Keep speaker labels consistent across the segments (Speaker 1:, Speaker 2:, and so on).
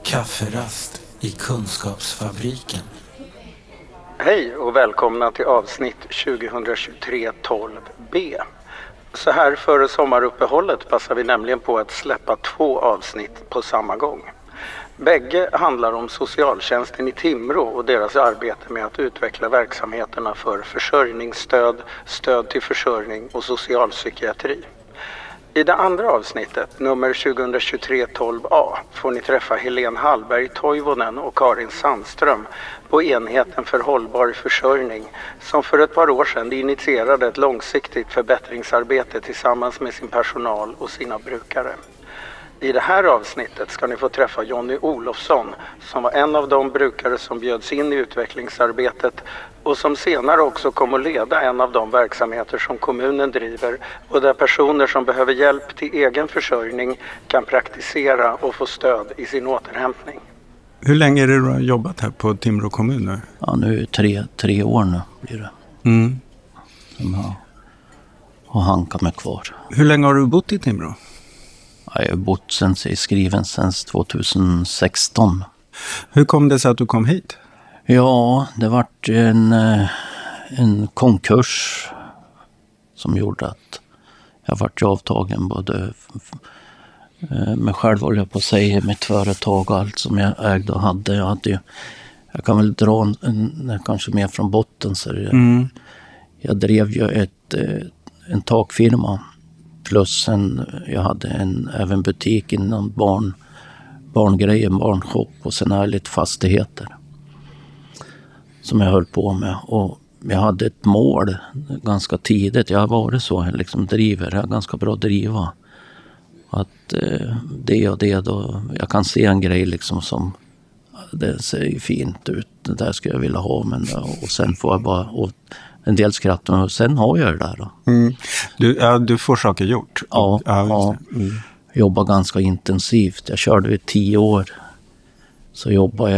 Speaker 1: Kafferast i Kunskapsfabriken.
Speaker 2: Hej och välkomna till avsnitt 2023-12B. Så här före sommaruppehållet passar vi nämligen på att släppa 2 avsnitt på samma gång. Bägge handlar om socialtjänsten i Timrå och deras arbete med att utveckla verksamheterna för försörjningsstöd, stöd till försörjning och socialpsykiatri. I det andra avsnittet, nummer 2023-12A, får ni träffa Helene Hallberg Toivonen och Karin Sandström på enheten för hållbar försörjning som för ett par år sedan initierade ett långsiktigt förbättringsarbete tillsammans med sin personal och sina brukare. I det här avsnittet ska ni få träffa Jonny Olofsson som var en av de brukare som bjöds in i utvecklingsarbetet och som senare också kommer att leda en av de verksamheter som kommunen driver och där personer som behöver hjälp till egen försörjning kan praktisera och få stöd i sin återhämtning.
Speaker 3: Hur länge är det du har jobbat här på Timrå kommun nu?
Speaker 4: Ja, nu är tre år nu blir det. Som har hankat mig kvar.
Speaker 3: Hur länge har du bott i Timrå?
Speaker 4: Ja, jag har bott sen 2016.
Speaker 3: Hur kom det sig att du kom hit?
Speaker 4: Ja, det vart en konkurs som gjorde att jag vart avtagen både mig själv, håller jag på att säga, mitt företag och allt som jag ägde och hade. Jag kan väl dra kanske mer från botten. Så jag drev ju en takfirma plus jag hade även butik inom barngrejer, barnshop och sen är lite fastigheter som jag höll på med. Och jag hade ett mål ganska tidigt. Jag har varit så, jag driver, jag är ganska bra att driva. Att det och det då, jag kan se en grej som det ser fint ut, det där skulle jag vilja ha, men och sen får jag bara en del skratt och sen har jag det där då.
Speaker 3: Du får saker gjort.
Speaker 4: Ja. Jobbar ganska intensivt. Jag körde i 10 år. Så jobbar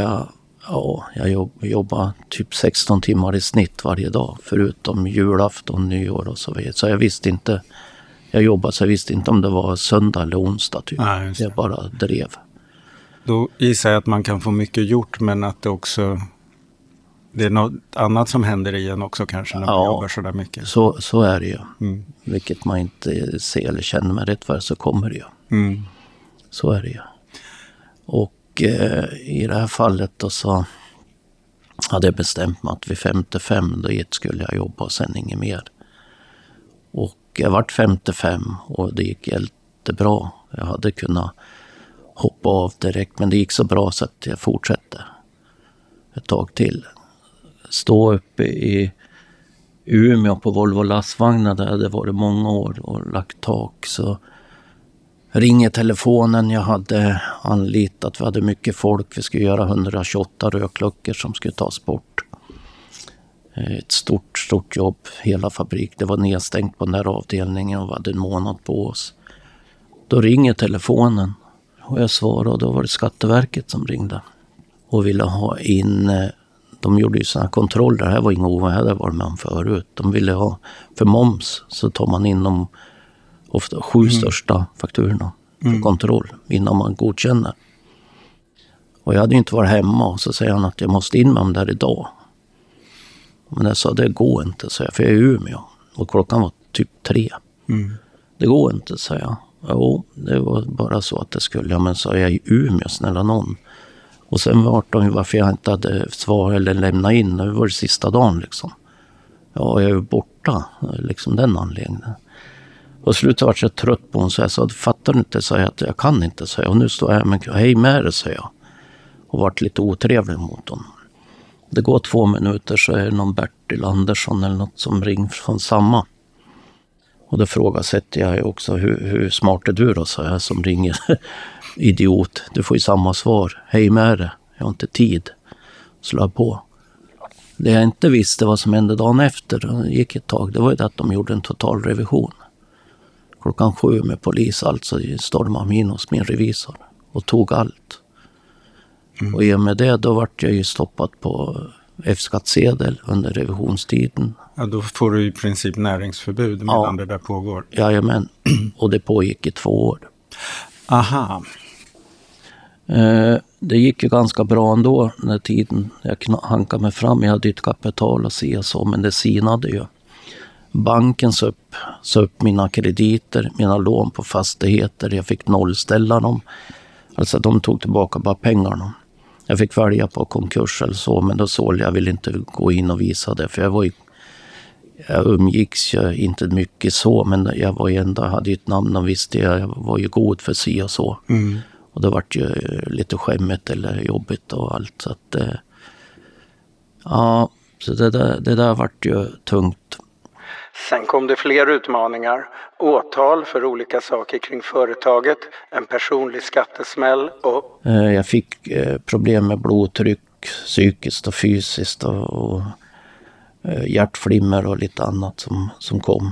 Speaker 4: jag jobbar typ 16 timmar i snitt varje dag, förutom julafton, nyår och så vidare. Så jag visste inte om det var söndag eller onsdag typ.
Speaker 3: Nej,
Speaker 4: jag bara drev.
Speaker 3: Då gissar jag att man kan få mycket gjort, men att det också det är något annat som händer i en också kanske när man jobbar så där mycket.
Speaker 4: Så är det ju. Vilket man inte ser eller känner, men rätt för så kommer det ju. Så är det ju. Och i det här fallet då så hade jag bestämt mig att vid 55 då skulle jag jobba och sen inget mer. Och jag vart 55 och det gick jättebra. Jag hade kunnat hoppa av direkt, men det gick så bra så att jag fortsatte ett tag till. Stå uppe i Umeå på Volvo lastvagnar där det var många år och lagt tak, så ringer telefonen. Jag hade anlitat, vi hade mycket folk, vi skulle göra 128 rökluckor som skulle tas bort. Ett stort jobb, hela fabrik. Det var nedstängt på den där avdelningen och vi hade en månad på oss. Då ringer telefonen och jag svarade, och då var det Skatteverket som ringde och ville ha in. De gjorde ju sådana kontroller, det här var inga ovanligt, det var man förut. De ville ha, för moms så tar man in de ofta 7 största fakturorna för kontroll innan man godkänner. Och jag hade ju inte varit hemma, och så säger han att jag måste in med dem där idag. Men jag sa, det går inte, så jag, för jag är i Umeå och klockan var typ 3. Det går inte, sa jag. Jo, det var bara så att det skulle jag, men sa jag i Umeå, snälla någon. Och sen var de varför jag inte hade svar eller lämnat in. Det var det sista dagen Ja, jag är ju borta, den anledningen. Och slutet var jag trött på hon, så jag sa, fattar du inte, sa jag, att jag kan inte, sa jag. Och nu står jag här, men hej med det, sa jag. Och varit lite otrevlig mot honom. Det går 2 minuter så är det någon Bertil Andersson eller något som ringer från samma. Och då frågasätter jag också, hur smart är du då, sa jag, som ringer. Idiot, du får ju samma svar. Hej med det, jag har inte tid. Slå på. Det jag inte visste vad som hände dagen efter, det gick ett tag, det var ju att de gjorde en total revision. 7:00 med polis, alltså stormade in hos min revisor och tog allt. Och i och med det då vart jag ju stoppad på F-skattsedel under revisionstiden.
Speaker 3: Ja, då får du i princip näringsförbud medan det där pågår.
Speaker 4: Jajamän, och det pågick i 2 år.
Speaker 3: Aha.
Speaker 4: Det gick ju ganska bra ändå när tiden jag hankade mig fram. Jag hade ju ett kapital och så, men det sinade ju. Banken sa upp mina krediter, mina lån på fastigheter. Jag fick nollställa dem. Alltså de tog tillbaka bara pengarna. Jag fick välja på konkurs eller så, men då sålde jag. Ville inte gå in och visa det, för jag umgicks ju inte mycket så, men jag var ju ändå, hade ju ett namn och visste jag var ju god för si och så. Och det var ju lite skämmet eller jobbigt och allt, så att ja, så det där vart ju tungt.
Speaker 2: Sen kom det fler utmaningar, åtal för olika saker kring företaget, en personlig skattesmäll och...
Speaker 4: Jag fick problem med blodtryck, psykiskt och fysiskt och hjärtflimmer och lite annat som kom.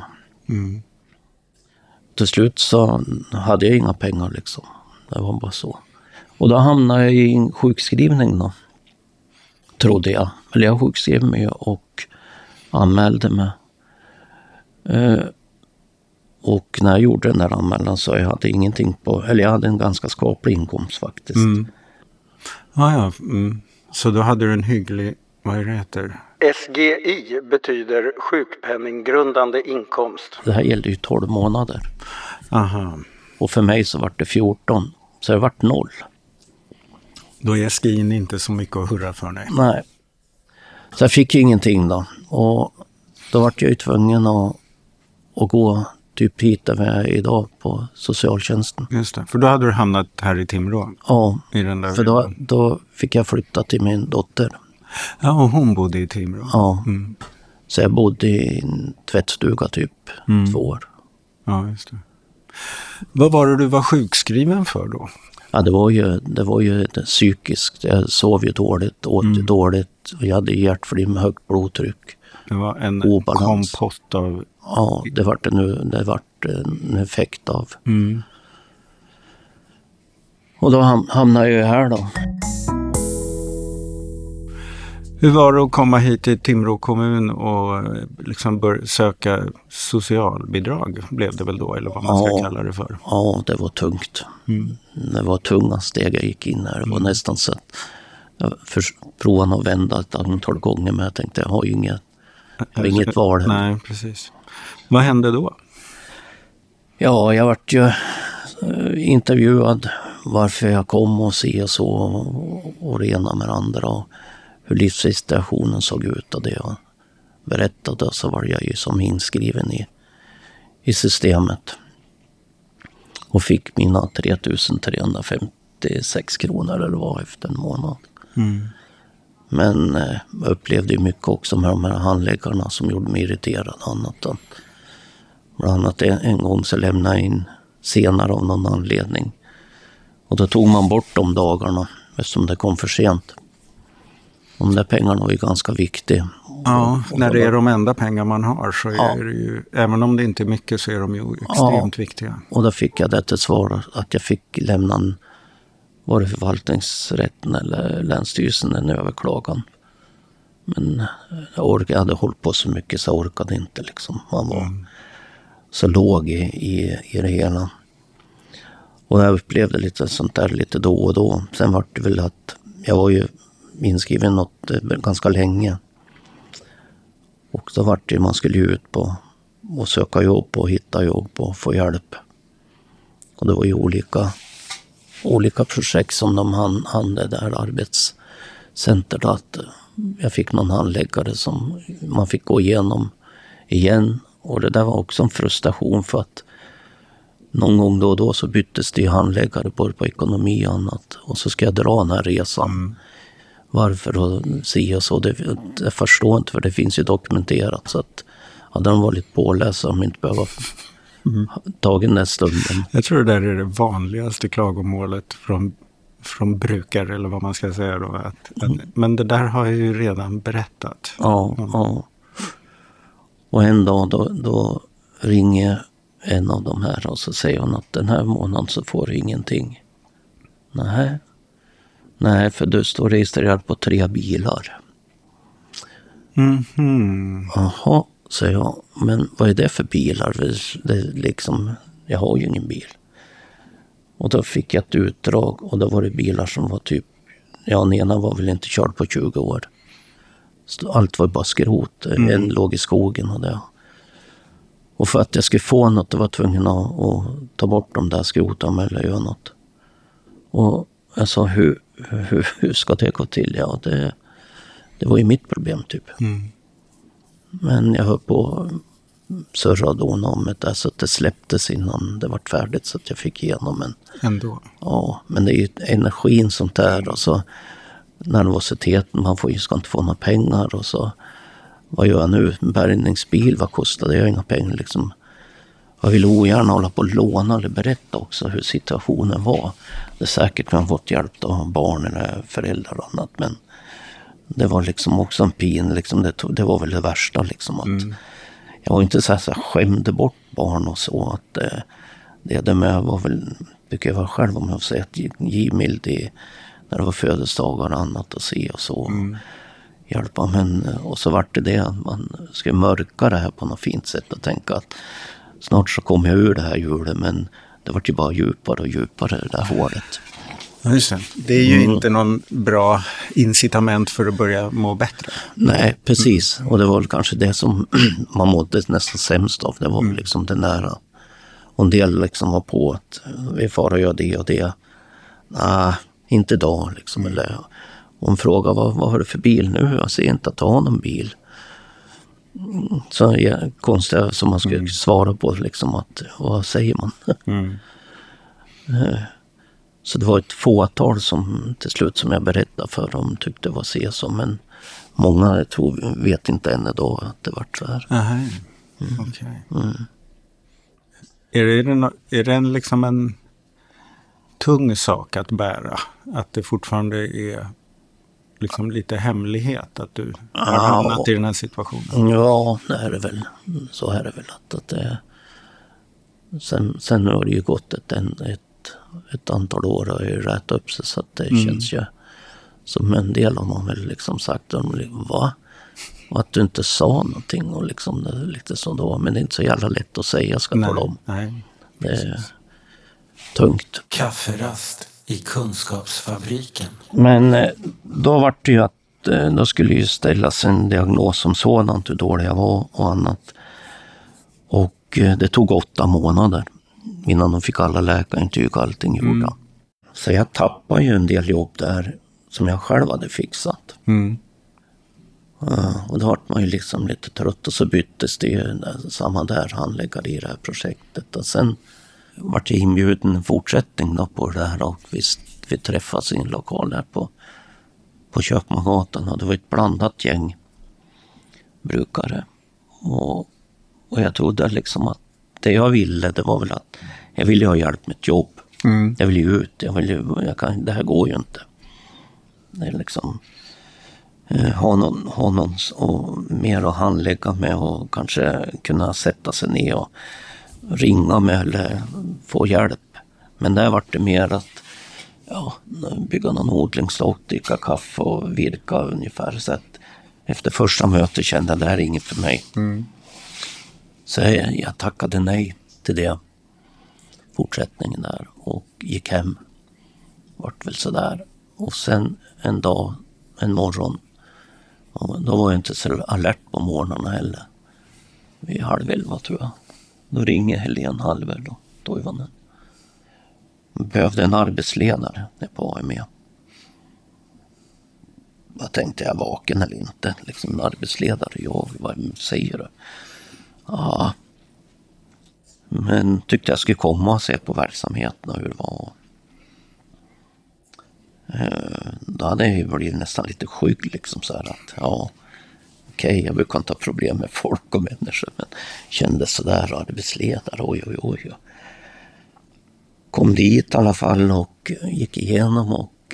Speaker 4: Till slut så hade jag inga pengar liksom. Det var bara så. Och då hamnade jag i en sjukskrivning då. Trodde jag. Eller jag sjukskrev mig och anmälde mig. Och när jag gjorde den där anmälan så jag hade ingenting på, eller jag hade en ganska skaplig inkomst faktiskt.
Speaker 3: Så då hade du en hygglig, vad heter?
Speaker 2: SGI betyder sjukpenninggrundande inkomst.
Speaker 4: Det här gällde ju 12 månader.
Speaker 3: Aha.
Speaker 4: Och för mig så var det 14. Så det vart 0.
Speaker 3: Då är SGI inte så mycket att hurra för, nej.
Speaker 4: Nej. Så jag fick ju ingenting då. Och då vart jag ju tvungen att gå typ hit där vi är idag på socialtjänsten.
Speaker 3: Just det, för då hade du hamnat här i Timrå.
Speaker 4: Ja,
Speaker 3: i den där
Speaker 4: för då fick jag flytta till min dotter.
Speaker 3: Ja, och hon bodde i Timrå.
Speaker 4: Ja, så jag bodde i en tvättstuga typ 2 år.
Speaker 3: Ja, just det. Vad var det du var sjukskriven för då?
Speaker 4: Ja, det var ju psykiskt. Jag sov ju dåligt, åt ju dåligt. Och jag hade hjärtflimmer, högt blodtryck.
Speaker 3: Det var en
Speaker 4: obalans.
Speaker 3: kompott av...
Speaker 4: Ja, det vart en effekt av. Och då hamnade jag här då.
Speaker 3: Hur var det att komma hit till Timrå kommun och liksom söka socialbidrag, blev det väl då, eller vad man ska kalla det för?
Speaker 4: Ja, det var tungt. Det var tunga steg jag gick in här. Det var nästan så att jag provade att vända ett antal gånger, men jag tänkte jag har ju inget val här.
Speaker 3: Nej, precis. Vad hände då?
Speaker 4: Ja, jag vart ju intervjuad varför jag kom och se och så och det ena med andra och hur livssituationen såg ut och det jag berättade, så var jag ju som inskriven i systemet och fick mina 3356 kronor eller vad efter en månad. Men jag upplevde ju mycket också med de här handläggarna som gjorde mig irriterad. Bland annat en gång så lämnade jag in senare av någon anledning. Och då tog man bort de dagarna eftersom det kom för sent. De där pengarna var ju ganska viktiga.
Speaker 3: Ja, när det är de enda pengar man har så är det ju, även om det inte är mycket så är de ju extremt viktiga.
Speaker 4: Och då fick jag det till svar att jag fick lämna var det förvaltningsrätten eller länsstyrelsen en överklagan. Men jag hade hållit på så mycket så jag orkade inte liksom. Man var så låg i det hela. Och jag upplevde lite sånt där lite då och då. Sen var det väl att jag var ju inskriven något ganska länge. Och då var det man skulle ut på och söka jobb och hitta jobb och få hjälp. Och det var ju olika projekt som de hade där arbetscenter. Att jag fick någon handläggare som man fick gå igenom igen. Och det där var också en frustration för att någon gång då och då så byttes det ju handläggare både på ekonomi och annat. Och så ska jag dra den här resan. Varför och se och så. Jag förstår inte, för det finns ju dokumenterat. Så att hade de varit påläsa om inte behöva tagit den där stunden.
Speaker 3: Jag tror det där är det vanligaste klagomålet från brukare eller vad man ska säga då. Men det där har jag ju redan berättat.
Speaker 4: Ja. Och en dag då ringer en av de här och så säger hon att den här månaden så får du ingenting. Nej, för du står registrerad på 3 bilar. Jaha, säger jag. Men vad är det för bilar? Det är liksom, jag har ju ingen bil. Och då fick jag ett utdrag och då var det bilar som var typ, den ena var väl inte körd på 20 år. Allt var bara skrot, en låg i skogen och det. Och för att jag skulle få något, jag var tvungen att ta bort de där skrotarna eller göra något. Och jag sa, hur ska det gå till? Ja, det var ju mitt problem typ. Men jag höll på surra då om det, så att det släpptes innan det var färdigt så att jag fick igenom en.
Speaker 3: Ändå?
Speaker 4: Ja, men det är ju energin sånt där och så nervositeten, man ska inte få några pengar och så, vad gör jag nu? En bärgningsbil, vad kostar det? Jag har inga pengar liksom. Jag vill ogärna hålla på och låna eller berätta också hur situationen var. Det är säkert man fått hjälp av barn eller föräldrar och annat, men det var liksom också en pin, liksom det var väl det värsta liksom att jag var inte så här skämde bort barn och så att det med var väl, tycker jag var själv om jag säger att givmild när det var födelsedagar och annat att se och så hjälpa, men och så vart det att man ska mörka det här på något fint sätt och tänka att snart så kommer jag ur det här hjulet, men det vart ju bara djupare och djupare det där hålet.
Speaker 3: Just det. Det är ju inte någon bra incitament för att börja må bättre.
Speaker 4: Nej, precis. Och det var väl kanske det som man mådde nästan sämst av. Det var väl liksom det nära. Och en del liksom var på att vi får göra det och det. Nej, inte idag liksom. Eller, och en fråga, vad har du för bil nu? Jag ser inte att ha någon bil. Så är konstigt som man skulle svara på liksom att, vad säger man? Så det var ett fåtal som till slut som jag berättade för dem tyckte var se som, men många vet inte än idag att det var så här.
Speaker 3: Okej. Är det liksom en tung sak att bära? Att det fortfarande är liksom lite hemlighet att du har hamnat i den här situationen?
Speaker 4: Ja, det är det väl. Så är det väl att det sen har det ju gått ett antal år och ju rätt upp sig så att det känns ju som en del av dem väl liksom sagt va? Och att du inte sa någonting och liksom det är lite så då, men det är inte så jävla lätt att säga ska tala om.
Speaker 3: Nej,
Speaker 4: det är tungt.
Speaker 1: Kafferast i Kunskapsfabriken.
Speaker 4: Men då var det ju att då skulle ju ställas en diagnos som sådant hur dålig jag var och annat. Och det tog 8 månader innan de fick alla läkarintyg och allting gjorda. Så jag tappade ju en del jobb där som jag själv hade fixat. Och då var man ju liksom lite trött och så byttes det ju samma där handläggare i det här projektet. Och sen var det inbjuden en fortsättning då på det här och vi träffades i en lokal där på Köpmangatan och det var ett blandat gäng brukare. Och jag trodde liksom att det jag ville, det var väl att jag ville ha hjälp med ett jobb. Jag ville ju ut, det här går ju inte. Det är liksom ha någon och mer att handlägga med och kanske kunna sätta sig ner och ringa med eller få hjälp. Men där var det mer att bygga någon odlingslott, dricka kaffe och virka ungefär. Så att efter första mötet kände jag att det här är inget för mig. Så jag tackade nej till det. Fortsättningen där och gick hem. Vart väl sådär. Och sen en morgon. Och då var jag inte så alert på morgnarna heller. Vid 10:30 tror jag. Då ringer Helene Hallberg då, Toivonen. Behövde en arbetsledare på AME. Vad tänkte jag, vaken eller inte? Liksom en arbetsledare, vad säger du? Ja. Men tyckte jag skulle komma och se på verksamheten och hur det var. Då hade jag ju blivit nästan lite skygg liksom så här att okej, jag brukar inte ha problem med folk och människor, men kände sådär arbetsledare, oj. Kom dit i alla fall och gick igenom och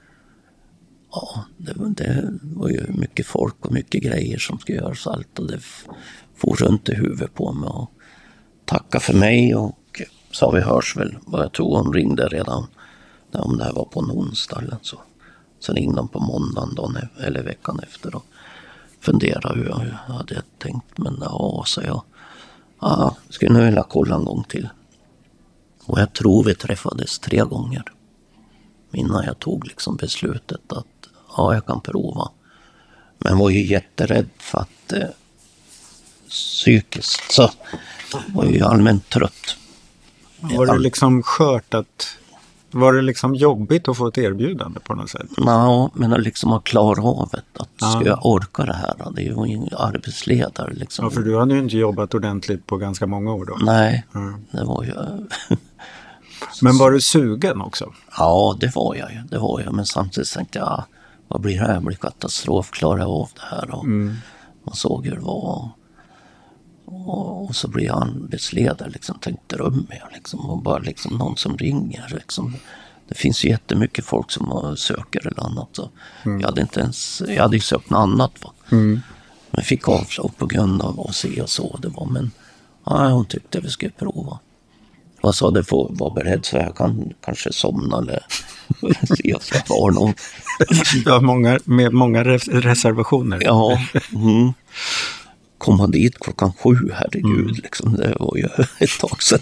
Speaker 4: det var ju mycket folk och mycket grejer som skulle göras allt och det for runt i huvudet på mig och tacka för mig och sa vi hörs väl. Och jag tror hon ringde redan om det här var på en onsdag eller så ringde de på måndagen dagen, eller veckan efter och funderade hur jag hade tänkt. Men så jag skulle nu vilja kolla en gång till. Och jag tror vi träffades 3 gånger innan jag tog liksom beslutet att ja, jag kan prova. Men var ju jätterädd för att psykiskt så var jag ju allmänt trött.
Speaker 3: Var det liksom skört att... Var det liksom jobbigt att få ett erbjudande på något sätt?
Speaker 4: Ja, men att liksom ha klar av det. Att ska jag orka det här? Det var ju en arbetsledare liksom.
Speaker 3: Ja, för du hade ju inte jobbat ordentligt på ganska många år då.
Speaker 4: Nej, det var ju...
Speaker 3: Men var du sugen också?
Speaker 4: Ja, det var jag ju. Det var jag. Men samtidigt tänkte jag, vad blir det här? Det blir katastrof. Klarar jag av det här? Och man såg hur det var. Och så blir jag arbetsledare, liksom, tänkte drömmer jag liksom, och bara liksom någon som ringer liksom. Det finns ju jättemycket folk som söker eller annat så jag hade ju sökt något annat men fick avslag på grund av att se och så det var, men hon tyckte vi skulle prova. Jag sa det får vara beredd så jag kan kanske somna eller se om jag var någon.
Speaker 3: Ja, många reservationer.
Speaker 4: Ja, komma dit 7:00, herregud, liksom, det var ju ett tag sedan.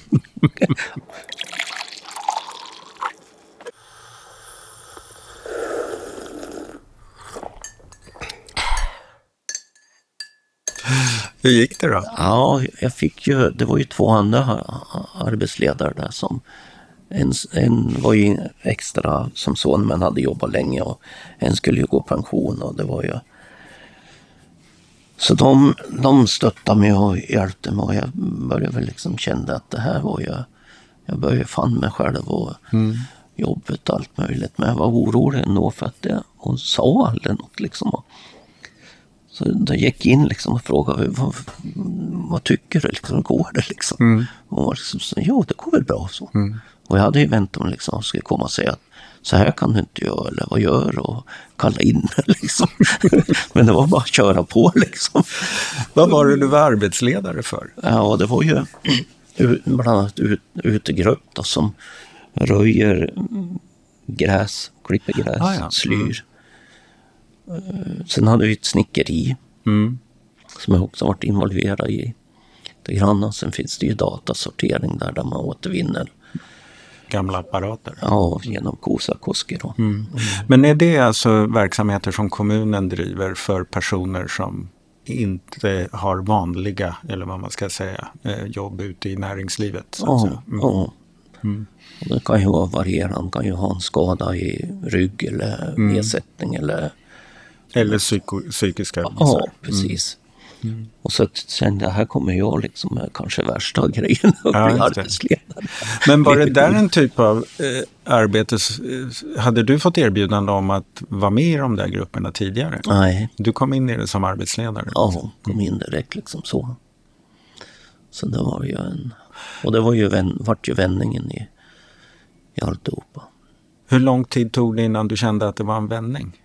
Speaker 3: Hur gick det då?
Speaker 4: Ja, jag fick ju, det var ju 2 andra arbetsledare där som en var ju extra som son men hade jobbat länge och en skulle ju gå pension och det var ju så de stöttade mig och hjälpte mig och jag började väl liksom kände att det här var ju, jag började fan mig själv och jobbet och allt möjligt. Men jag var orolig ändå för att hon sa aldrig något liksom. Så jag gick in liksom och frågade vad tycker du liksom, går det liksom? Och hon var liksom så, jo det går väl bra så. Och jag hade ju väntat mig liksom att skulle komma och säga att så här kan du inte göra, eller vad gör och kalla in liksom. Men det var bara att köra på liksom.
Speaker 3: Vad var det du var arbetsledare för?
Speaker 4: Ja, det var ju bland annat utegrupp då, som röjer gräs, klipper gräs, slyr. Sen hade vi ett snickeri som jag också varit involverad i. Det granna. Sen finns det ju datasortering där man återvinner
Speaker 3: gamla apparater.
Speaker 4: Ja, genom Kosakoski då.
Speaker 3: Men är det alltså verksamheter som kommunen driver för personer som inte har vanliga, eller vad man ska säga, jobb ute i näringslivet?
Speaker 4: Ja. Det kan ju vara varierande. Man kan ju ha en skada i rygg eller nedsättning eller
Speaker 3: psykiska.
Speaker 4: Ja, precis. Och så kände jag, här kommer jag liksom kanske värsta grejen att bli arbetsledare.
Speaker 3: Men var det där en typ av arbete, hade du fått erbjudande om att vara med i de där grupperna tidigare?
Speaker 4: Nej.
Speaker 3: Du kom in i det som arbetsledare?
Speaker 4: Ja, kom in direkt liksom så. Så det var ju och det var ju vart ju vändningen i alltihopa.
Speaker 3: Hur lång tid tog det innan du kände att det var en vändning?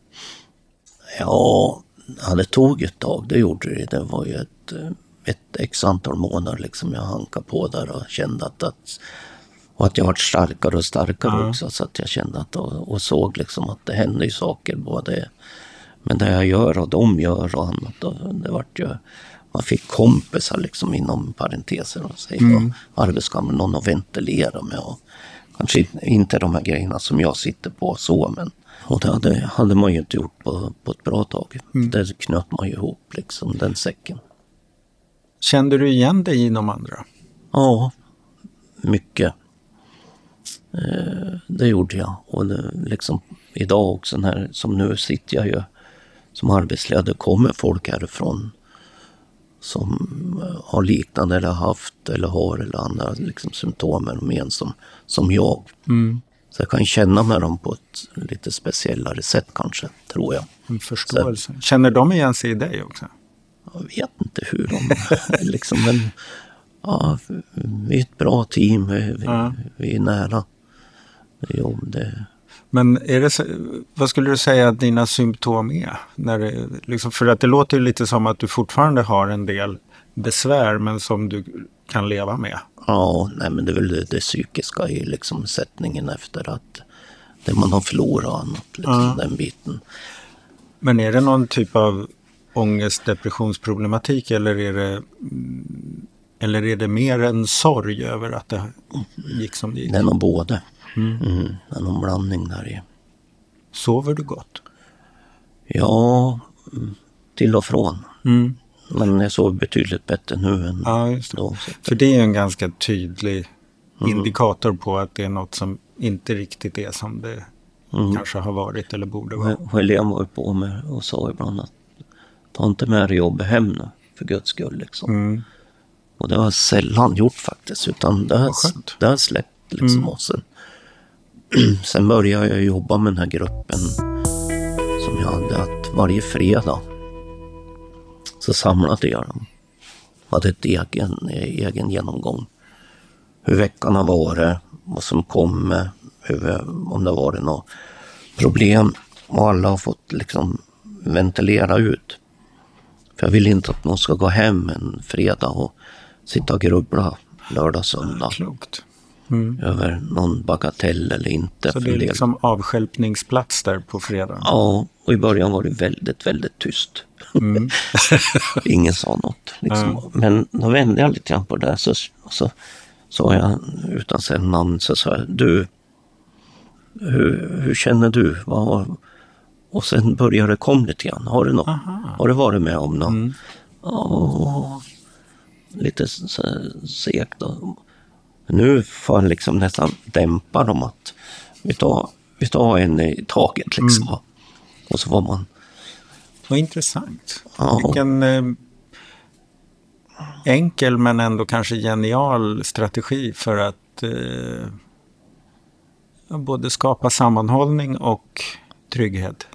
Speaker 4: Ja, det tog ett tag, det gjorde det. Det var ju ett x antal månader liksom jag hankade på där och kände att jag var starkare och starkare också, så att jag kände att och såg liksom att det hände ju saker både med det jag gör och de gör och annat. Och det vart ju, man fick kompisar liksom inom parenteser och arbetskamrar, någon att ventilera med och kanske inte de här grejerna som jag sitter på så, men och det hade man ju inte gjort på ett bra tag. Det knöt man ju ihop liksom, den säcken.
Speaker 3: Kände du igen dig i de andra?
Speaker 4: Ja, mycket. Det gjorde jag. Och det, liksom, idag också, som nu sitter jag ju som arbetsledare, kommer folk härifrån som har liknande eller haft eller har eller andra liksom, symptom och men som jag. Så jag kan känna med dem på ett lite speciellare sätt kanske, tror jag.
Speaker 3: En förståelse. Så, känner de igen sig i dig också?
Speaker 4: Jag vet inte hur de liksom, men ja, vi är ett bra team, vi är nära.
Speaker 3: Men vad skulle du säga att dina symptom är? Liksom, för att det låter ju lite som att du fortfarande har en del besvär, men som du kan leva med.
Speaker 4: Ja, nej, men det är väl det psykiska i liksom sättningen efter att det man har förlorat annat, liksom, den biten.
Speaker 3: Men är det någon typ av ångest, depressionsproblematik, eller är det Eller är det mer en sorg över att det gick som det gick?
Speaker 4: Det är nog både. Det är någon blandning där i.
Speaker 3: Sover du gott?
Speaker 4: Ja, till och från. Men jag sover betydligt bättre nu än
Speaker 3: just det.
Speaker 4: då.
Speaker 3: För det är en ganska tydlig indikator på att det är något som inte riktigt är som det kanske har varit eller borde vara.
Speaker 4: Helene var ju på mig och sa ibland att ta inte med dig jobbet hem nu, för Guds skull liksom. Och det har jag sällan gjort faktiskt, utan det har släppt liksom. Och sen började jag jobba med den här gruppen som jag hade, att varje fredag så samlade jag dem. Hade ett egen genomgång. Hur veckan har varit, vad som kommer, om det har varit något problem. Och alla har fått liksom ventilera ut. För jag vill inte att någon ska gå hem en fredag och sitta och grubbla lördag, söndag.
Speaker 3: Klokt.
Speaker 4: Över någon bagatell eller inte.
Speaker 3: Så det är liksom avstjälpningsplats där på fredag?
Speaker 4: Ja, och i början var det väldigt, väldigt tyst. Ingen sa något. Liksom. Men då vände jag lite grann på det. Så sa jag, utan att säga namn, så sa jag, du, hur känner du? Och sen började det komma lite grann. Har du varit med om något? Ja, lite segt då. Nu får jag liksom nästan dämpa dem, att vi tar en i taget liksom. Och så var man...
Speaker 3: Vad intressant.
Speaker 4: Ja.
Speaker 3: Vilken enkel men ändå kanske genial strategi för att både skapa sammanhållning och trygghet.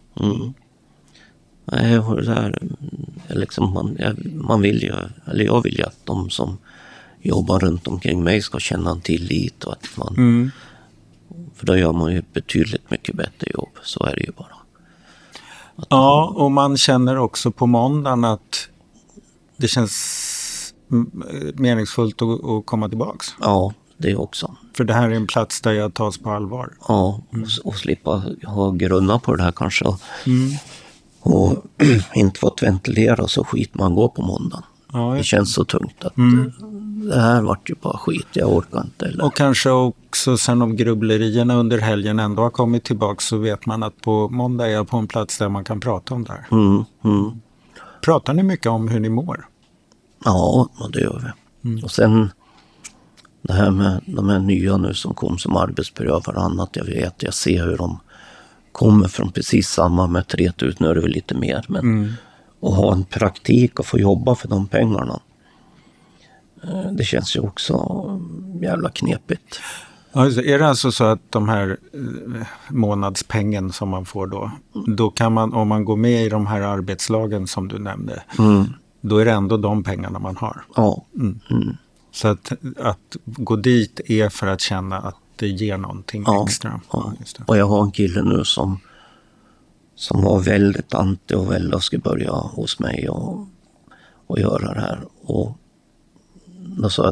Speaker 4: Nej, det där, liksom man vill ju, eller jag vill ju att de som jobbar runt omkring mig ska känna en tillit, och att man, för då gör man ju betydligt mycket bättre jobb, så är det ju bara.
Speaker 3: Ja, och man känner också på måndagen att det känns meningsfullt att komma tillbaks.
Speaker 4: Ja, det också.
Speaker 3: För det här är en plats där jag tas på allvar.
Speaker 4: Ja, och slippa ha grunna på det här kanske. Och inte fått ventilera, så skit man går på måndagen. Ja, det känns så tungt att det här vart ju bara skit, jag orkar inte. Eller.
Speaker 3: Och kanske också sen om grubblerierna under helgen ändå har kommit tillbaka, så vet man att på måndag är jag på en plats där man kan prata om det här. Pratar ni mycket om hur ni mår?
Speaker 4: Ja, det gör vi. Och sen det här med de här nya nu som kom som arbetsprövare och annat, jag ser hur de kommer från precis samma med 3000, nu är det väl lite mer, men och ha en praktik och få jobba för de pengarna. Det känns ju också jävla knepigt.
Speaker 3: Ja, är det alltså så att de här månadspengen som man får då kan man, om man går med i de här arbetslagen som du nämnde, då är det ändå de pengarna man har?
Speaker 4: Ja.
Speaker 3: Så att gå dit är för att känna att det ger någonting extra.
Speaker 4: Ja. Just det. Och jag har en kille nu som var väldigt anti och väl ska börja hos mig och göra det här. Och då sa jag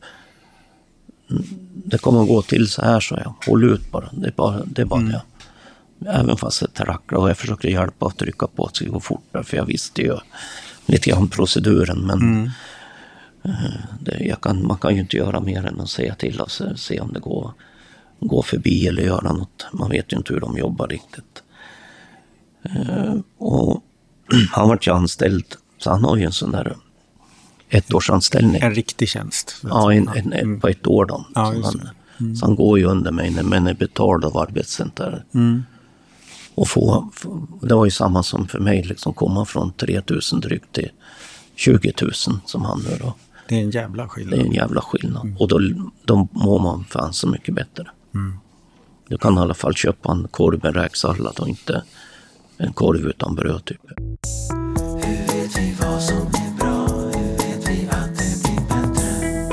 Speaker 4: det kommer att gå till så här, så jag håll ut bara. Det är bara det. Även fast det tracklar, och jag försökte hjälpa och trycka på att det skulle gå fortare, för jag visste ju lite grann proceduren, men man kan ju inte göra mer än att säga till och se om det går förbi eller göra något. Man vet ju inte hur de jobbar riktigt. Och han var ju anställd, så han har ju en sån där 1-årsanställning.
Speaker 3: En riktig tjänst.
Speaker 4: Ja, på 1 år då. Ja, så han går ju under mig, men är betald av arbetscentret. Och det var ju samma som för mig, liksom komma från 3000 drygt till 20 000 som han nu då.
Speaker 3: Det är en jävla skillnad.
Speaker 4: Det är en jävla skillnad. Och då mår man fan så mycket bättre. Du kan i alla fall köpa en korv med räksallad och inte en korv utan bröd typ.
Speaker 1: Hur vet vi vad som är bra? Hur vet vi att det blir bättre?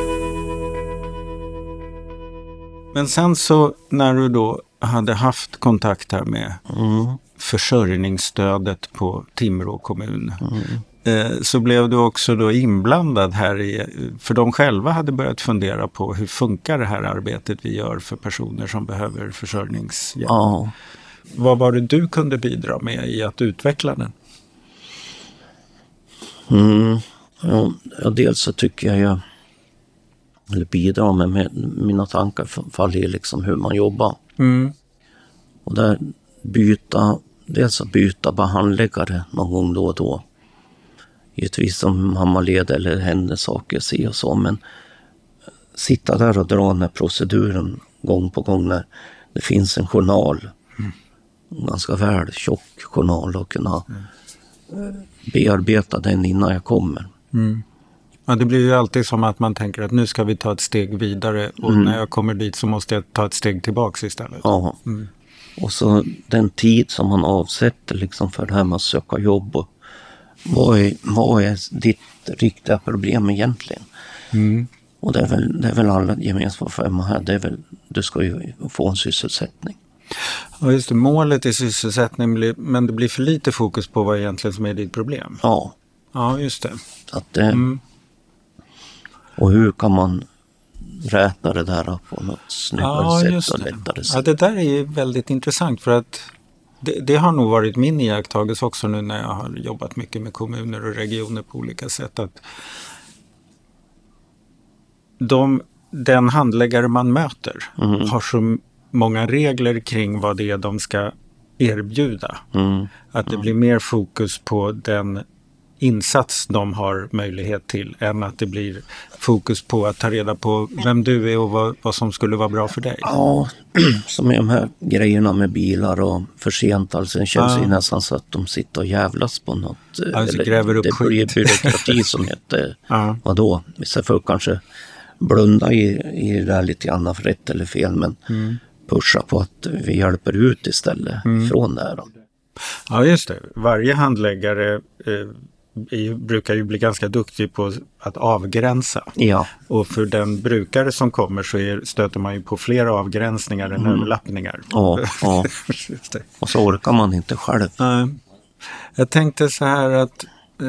Speaker 3: Men sen så när du då hade haft kontakt här med försörjningsstödet på Timrå kommun, så blev du också då inblandad här för de själva hade börjat fundera på hur funkar det här arbetet vi gör för personer som behöver försörjningshjälp.
Speaker 4: Ja.
Speaker 3: Vad var det du kunde bidra med i att utveckla den?
Speaker 4: Ja, dels så tycker jag eller bidrar med mina tankar faller i liksom hur man jobbar. Och där dels att byta bara handläggare någon gång då och då. Givetvis som mamma leder eller händer saker, se och så, men sitta där och dra den här proceduren gång på gång när det finns en journal, en ganska väl tjock journal, och kunna bearbeta den innan jag kommer.
Speaker 3: Ja, det blir ju alltid som att man tänker att nu ska vi ta ett steg vidare och när jag kommer dit så måste jag ta ett steg tillbaka istället.
Speaker 4: Ja. Och så den tid som man avsätter liksom för det här med att söka jobb. Och vad är ditt riktiga problem egentligen? Och det är väl alla gemensamma för mig här. Det är väl, du ska ju få en sysselsättning.
Speaker 3: Ja, just det. Målet är sysselsättning, men det blir för lite fokus på vad egentligen som är ditt problem.
Speaker 4: Ja.
Speaker 3: Ja, just det.
Speaker 4: Att det och hur kan man räta det där på något snyggare sätt och lättare sätt?
Speaker 3: Ja, det där är ju väldigt intressant för att det har nog varit min iakttagelse också nu när jag har jobbat mycket med kommuner och regioner på olika sätt. Att den handläggare man möter har så många regler kring vad det är de ska erbjuda. Att det blir mer fokus på den insats de har möjlighet till än att det blir fokus på att ta reda på vem du är och vad som skulle vara bra för dig.
Speaker 4: Ja, som är de här grejerna med bilar och försent, alltså det känns ju nästan så att de sitter och jävlas på något.
Speaker 3: Alltså gräver upp
Speaker 4: det
Speaker 3: skit.
Speaker 4: blir byråkrati som heter, vadå? Vissa får kanske blunda i det här lite grann för rätt eller fel, men pusha på att vi hjälper ut istället från det här.
Speaker 3: Ja, just det. Varje handläggare brukar ju bli ganska duktig på att avgränsa.
Speaker 4: Ja.
Speaker 3: Och för den brukare som kommer så stöter man ju på flera avgränsningar än överlappningar.
Speaker 4: Ja.
Speaker 3: Just det.
Speaker 4: Och så orkar man inte själv.
Speaker 3: Jag tänkte så här att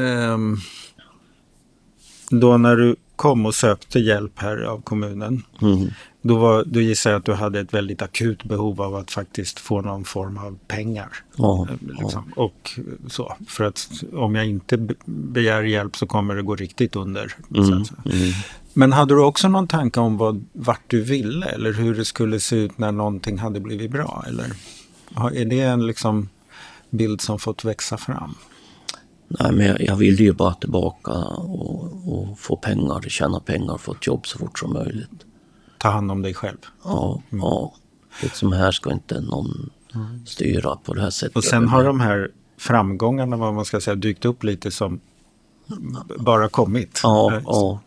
Speaker 3: då när du kom och sökte hjälp här av kommunen, då gissar jag att du hade ett väldigt akut behov av att faktiskt få någon form av pengar. Liksom. Och så. För att om jag inte begär hjälp så kommer det gå riktigt under. Men hade du också någon tanke om vart du ville eller hur det skulle se ut när någonting hade blivit bra? Eller är det en liksom bild som fått växa fram?
Speaker 4: Nej, men jag ville ju bara tillbaka och få pengar, tjäna pengar, få ett jobb så fort som möjligt.
Speaker 3: Ta hand om dig själv.
Speaker 4: Ja. Liksom här ska inte någon styra på det här sättet.
Speaker 3: Och sen har de här framgångarna, vad man ska säga, dykt upp lite som bara kommit.
Speaker 4: Ja.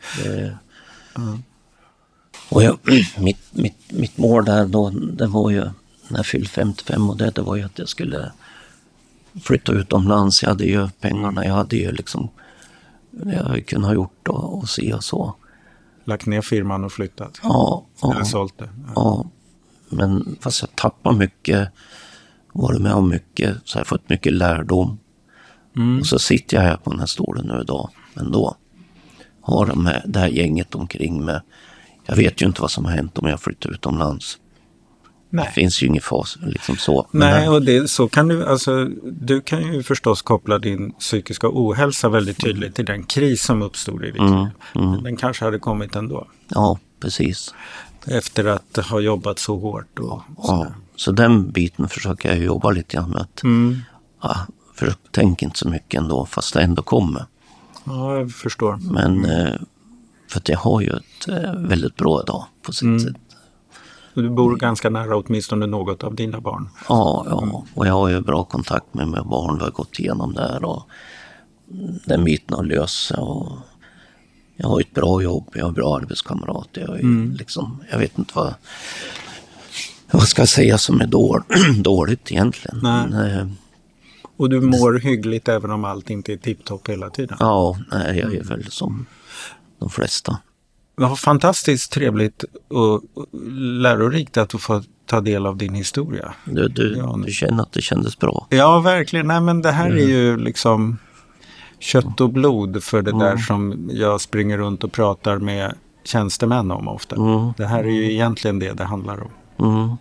Speaker 4: Och mitt mål där då, det var ju när jag fyllde 55 och det var ju att jag skulle flytta utomlands. Jag hade ju pengarna, jag hade ju liksom, jag hade kunnat gjort och se och så.
Speaker 3: Lagt ner firman och flyttat?
Speaker 4: Ja.
Speaker 3: Eller sålt det?
Speaker 4: Ja, men fast jag tappar mycket, varit med om mycket, så har jag fått mycket lärdom. Och så sitter jag här på den här stolen nu idag, men då har det här gänget omkring mig. Jag vet ju inte vad som har hänt om jag flyttar utomlands. Nej. Det finns ju ingen fas liksom så.
Speaker 3: Nej, och så kan du kan ju förstås koppla din psykiska ohälsa väldigt tydligt till den kris som uppstod i ditt liv. Den kanske hade kommit ändå.
Speaker 4: Ja, precis.
Speaker 3: Efter att ha jobbat så hårt.
Speaker 4: Så den biten försöker jag jobba lite grann med att tänk inte så mycket ändå, fast det ändå kommer.
Speaker 3: Ja, jag förstår.
Speaker 4: Men för att jag har ju ett väldigt bra dag på sitt sätt.
Speaker 3: Du bor ganska nära åtminstone något av dina barn.
Speaker 4: Ja. Och jag har ju bra kontakt med barn. Vi har gått igenom där och den biten har löst sig. Och jag har ett bra jobb, jag har bra arbetskamrat. Jag vet inte vad ska jag säga som är dåligt egentligen. Men,
Speaker 3: och du mår hyggligt även om allt inte är tipptopp hela tiden?
Speaker 4: Ja, jag är väl som de flesta.
Speaker 3: Det var fantastiskt trevligt och lärorikt att du får ta del av din historia.
Speaker 4: Du känner att det kändes bra?
Speaker 3: Ja, verkligen. Nej, men det här är ju liksom kött och blod för det där som jag springer runt och pratar med tjänstemän om ofta. Det här är ju egentligen det handlar om.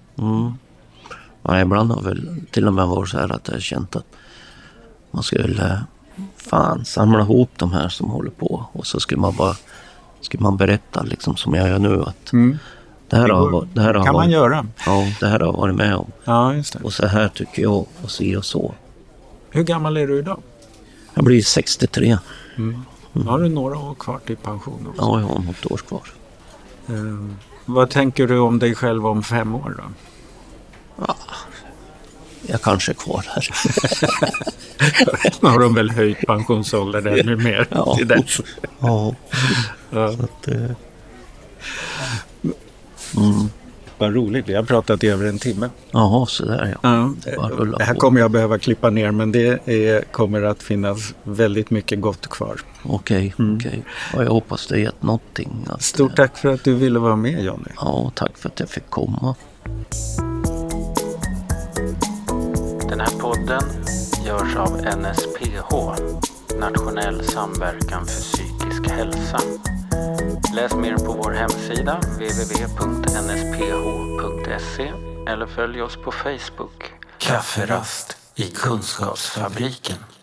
Speaker 4: Ja, ibland har väl till och med varit så här att jag känt att man skulle samla ihop de här som håller på. Och så skulle man berätta liksom som jag gör nu att det här
Speaker 3: kan man göra.
Speaker 4: Ja, det här har jag varit med om.
Speaker 3: Ja, just det.
Speaker 4: Och så här tycker jag och så.
Speaker 3: Hur gammal är du idag?
Speaker 4: Jag blir 63.
Speaker 3: Har du några år kvar till pension också?
Speaker 4: Ja, jag har något år kvar.
Speaker 3: Vad tänker du om dig själv om 5 år då?
Speaker 4: Ja, jag kanske är kvar här.
Speaker 3: Har de väl höjt pensionsåldern ännu mer?
Speaker 4: Ja.
Speaker 3: Till dess.
Speaker 4: Ja.
Speaker 3: Ja.
Speaker 4: Så att,
Speaker 3: Vad roligt, vi har pratat i över en timme.
Speaker 4: Jaha, så där ja.
Speaker 3: Det här kommer jag behöva klippa ner, men det kommer att finnas väldigt mycket gott kvar.
Speaker 4: Okej. Och jag hoppas det gett någonting.
Speaker 3: Stort tack för att du ville vara med, Johnny.
Speaker 4: Ja, tack för att jag fick komma.
Speaker 2: Den här podden görs av NSPH, Nationell samverkan för psykisk hälsa. Läs mer på vår hemsida www.nsph.se eller följ oss på Facebook.
Speaker 1: Kafferast i Kunskapsfabriken.